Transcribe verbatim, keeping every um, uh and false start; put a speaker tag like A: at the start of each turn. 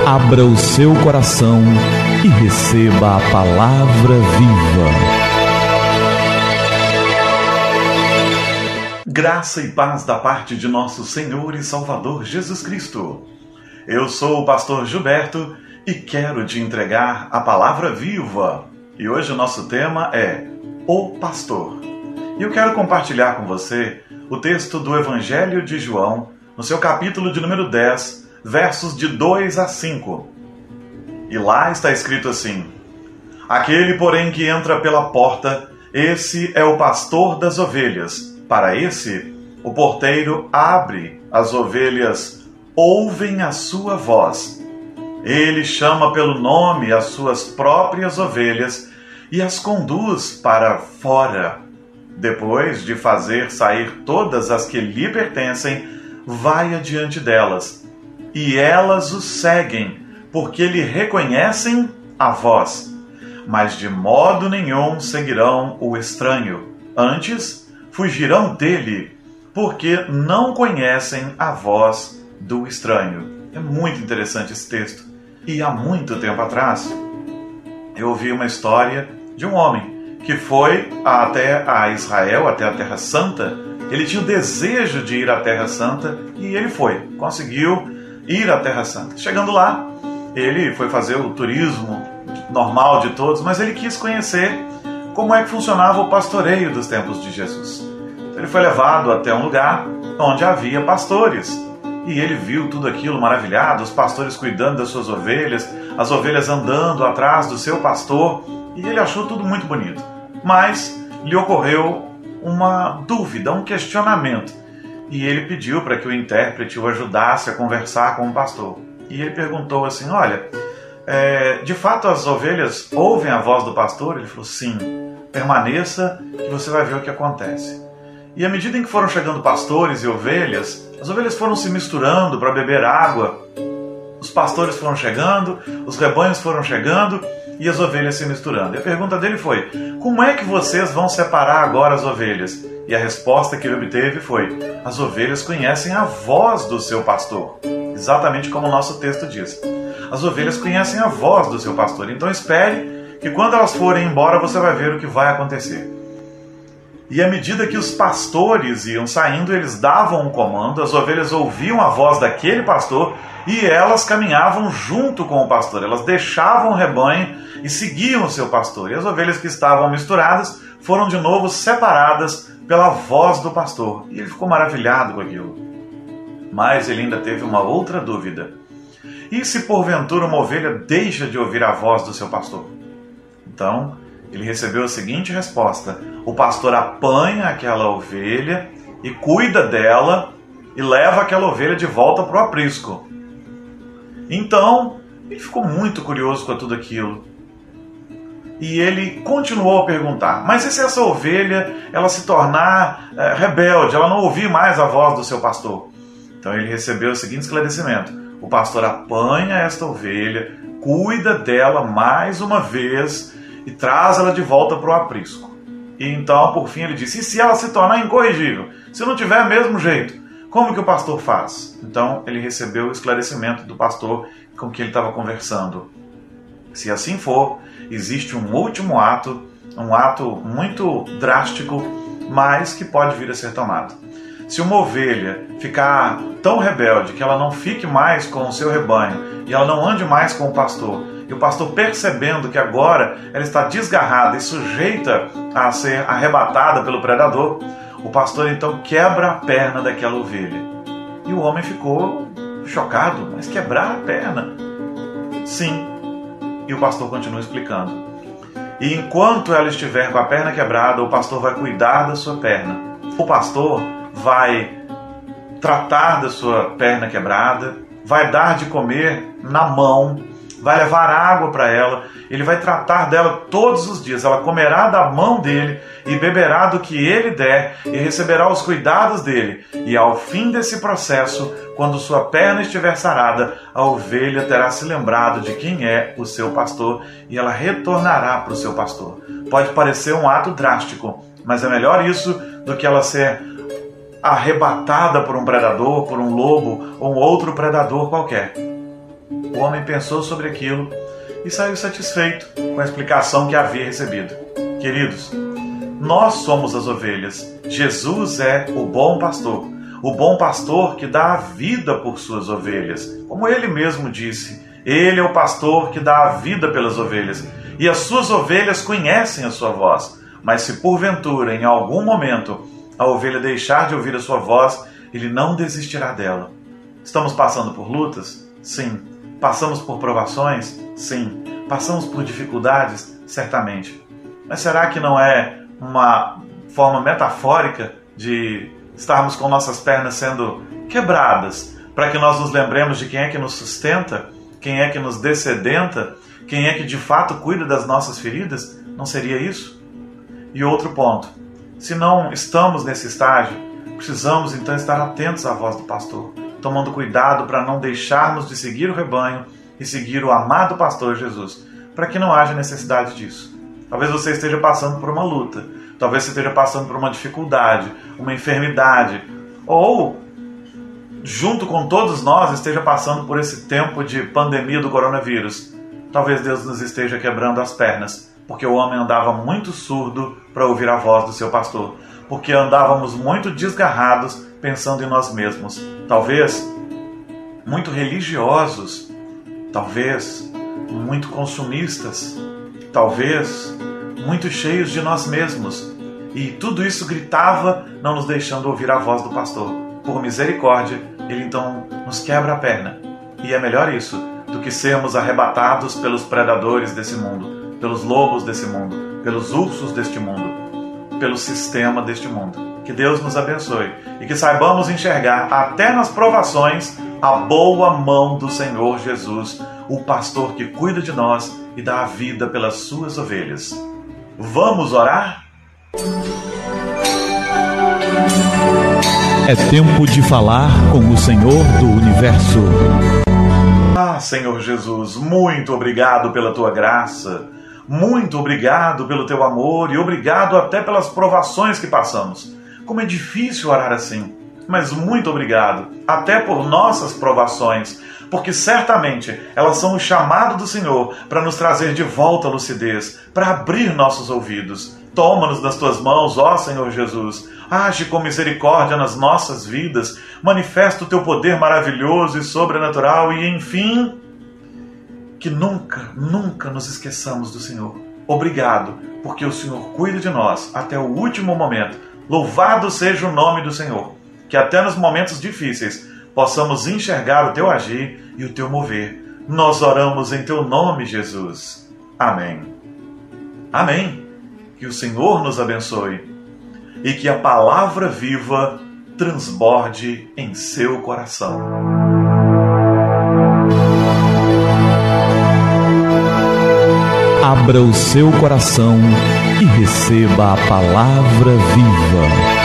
A: Abra o seu coração e receba a palavra viva.
B: Graça e paz da parte de nosso Senhor e Salvador Jesus Cristo. Eu sou o pastor Gilberto e quero te entregar a palavra viva. E hoje o nosso tema é O Pastor. E eu quero compartilhar com você o texto do Evangelho de João, no seu capítulo de número dez, versos de dois a cinco. E lá está escrito assim: Aquele, porém, que entra pela porta, esse é o pastor das ovelhas. Para esse, o porteiro abre, as ovelhas ouvem a sua voz. Ele chama pelo nome as suas próprias ovelhas e as conduz para fora. Depois de fazer sair todas as que lhe pertencem, vai adiante delas, e elas o seguem, porque lhe reconhecem a voz. Mas de modo nenhum seguirão o estranho. Antes, fugirão dele, porque não conhecem a voz do estranho. É muito interessante esse texto. E há muito tempo atrás, eu ouvi uma história de um homem que foi até a Israel, até a Terra Santa. Ele tinha o desejo de ir à Terra Santa e ele foi, conseguiu ir à Terra Santa. Chegando lá, ele foi fazer o turismo normal de todos, mas ele quis conhecer como é que funcionava o pastoreio dos tempos de Jesus. Ele foi levado até um lugar onde havia pastores e ele viu tudo aquilo maravilhado, os pastores cuidando das suas ovelhas, as ovelhas andando atrás do seu pastor, e ele achou tudo muito bonito. Mas lhe ocorreu uma dúvida, um questionamento, e ele pediu para que o intérprete o ajudasse a conversar com o pastor. E ele perguntou assim: olha, é, de fato as ovelhas ouvem a voz do pastor? Ele falou: sim, permaneça que você vai ver o que acontece. E à medida em que foram chegando pastores e ovelhas, as ovelhas foram se misturando para beber água, os pastores foram chegando, os rebanhos foram chegando e as ovelhas se misturando. E a pergunta dele foi: como é que vocês vão separar agora as ovelhas? E a resposta que ele obteve foi: as ovelhas conhecem a voz do seu pastor. Exatamente como o nosso texto diz. As ovelhas conhecem a voz do seu pastor. Então espere que quando elas forem embora você vai ver o que vai acontecer. E à medida que os pastores iam saindo, eles davam um comando, as ovelhas ouviam a voz daquele pastor e elas caminhavam junto com o pastor. Elas deixavam o rebanho e seguiam o seu pastor. E as ovelhas que estavam misturadas foram de novo separadas pela voz do pastor. E ele ficou maravilhado com aquilo. Mas ele ainda teve uma outra dúvida. E se porventura uma ovelha deixa de ouvir a voz do seu pastor? Então ele recebeu a seguinte resposta: o pastor apanha aquela ovelha e cuida dela e leva aquela ovelha de volta para o aprisco. Então ele ficou muito curioso com tudo aquilo. E ele continuou a perguntar: mas e se essa ovelha ela se tornar é, rebelde, ela não ouvir mais a voz do seu pastor? Então ele recebeu o seguinte esclarecimento: o pastor apanha esta ovelha, cuida dela mais uma vez e traz ela de volta para o aprisco. E então, por fim, ele disse: e se ela se tornar incorrigível? Se não tiver mesmo jeito, como que o pastor faz? Então ele recebeu o esclarecimento do pastor com quem ele estava conversando. Se assim for, existe um último ato, um ato muito drástico, mas que pode vir a ser tomado. Se uma ovelha ficar tão rebelde que ela não fique mais com o seu rebanho e ela não ande mais com o pastor, e o pastor percebendo que agora ela está desgarrada e sujeita a ser arrebatada pelo predador, o pastor então quebra a perna daquela ovelha. E o homem ficou chocado: mas quebrar a perna? Sim. E o pastor continua explicando: e enquanto ela estiver com a perna quebrada, o pastor vai cuidar da sua perna. O pastor vai tratar da sua perna quebrada, vai dar de comer na mão, vai levar água para ela, ele vai tratar dela todos os dias. Ela comerá da mão dele e beberá do que ele der e receberá os cuidados dele. E ao fim desse processo, quando sua perna estiver sarada, a ovelha terá se lembrado de quem é o seu pastor e ela retornará para o seu pastor. Pode parecer um ato drástico, mas é melhor isso do que ela ser arrebatada por um predador, por um lobo ou um outro predador qualquer. O homem pensou sobre aquilo e saiu satisfeito com a explicação que havia recebido. Queridos, nós somos as ovelhas. Jesus é o bom pastor. O bom pastor que dá a vida por suas ovelhas. Como ele mesmo disse, ele é o pastor que dá a vida pelas ovelhas. E as suas ovelhas conhecem a sua voz. Mas se porventura, em algum momento, a ovelha deixar de ouvir a sua voz, ele não desistirá dela. Estamos passando por lutas? Sim. Passamos por provações? Sim. Passamos por dificuldades? Certamente. Mas será que não é uma forma metafórica de estarmos com nossas pernas sendo quebradas, para que nós nos lembremos de quem é que nos sustenta, quem é que nos descedenta, quem é que de fato cuida das nossas feridas? Não seria isso? E outro ponto, se não estamos nesse estágio, precisamos então estar atentos à voz do pastor, tomando cuidado para não deixarmos de seguir o rebanho e seguir o amado pastor Jesus, para que não haja necessidade disso. Talvez você esteja passando por uma luta, talvez você esteja passando por uma dificuldade, uma enfermidade, ou, junto com todos nós, esteja passando por esse tempo de pandemia do coronavírus. Talvez Deus nos esteja quebrando as pernas, porque o homem andava muito surdo para ouvir a voz do seu pastor, porque andávamos muito desgarrados pensando em nós mesmos, talvez muito religiosos, talvez muito consumistas, talvez muito cheios de nós mesmos. E tudo isso gritava, não nos deixando ouvir a voz do pastor. Por misericórdia, ele então nos quebra a perna. E é melhor isso do que sermos arrebatados pelos predadores desse mundo, pelos lobos desse mundo, pelos ursos deste mundo, pelo sistema deste mundo. Que Deus nos abençoe e que saibamos enxergar até nas provações a boa mão do Senhor Jesus, o pastor que cuida de nós e dá a vida pelas suas ovelhas. Vamos orar?
A: É tempo de falar com o Senhor do Universo.
B: Ah, Senhor Jesus, muito obrigado pela tua graça, muito obrigado pelo teu amor e obrigado até pelas provações que passamos. Como é difícil orar assim, mas muito obrigado, até por nossas provações, porque certamente elas são o chamado do Senhor para nos trazer de volta a lucidez, para abrir nossos ouvidos. Toma-nos nas tuas mãos, ó Senhor Jesus, age com misericórdia nas nossas vidas, manifesta o teu poder maravilhoso e sobrenatural e, enfim, que nunca, nunca nos esqueçamos do Senhor. Obrigado, porque o Senhor cuida de nós até o último momento. Louvado seja o nome do Senhor, que até nos momentos difíceis possamos enxergar o teu agir e o teu mover. Nós oramos em teu nome, Jesus. Amém. Amém. Que o Senhor nos abençoe e que a palavra viva transborde em seu coração.
A: Abra o seu coração e receba a palavra viva.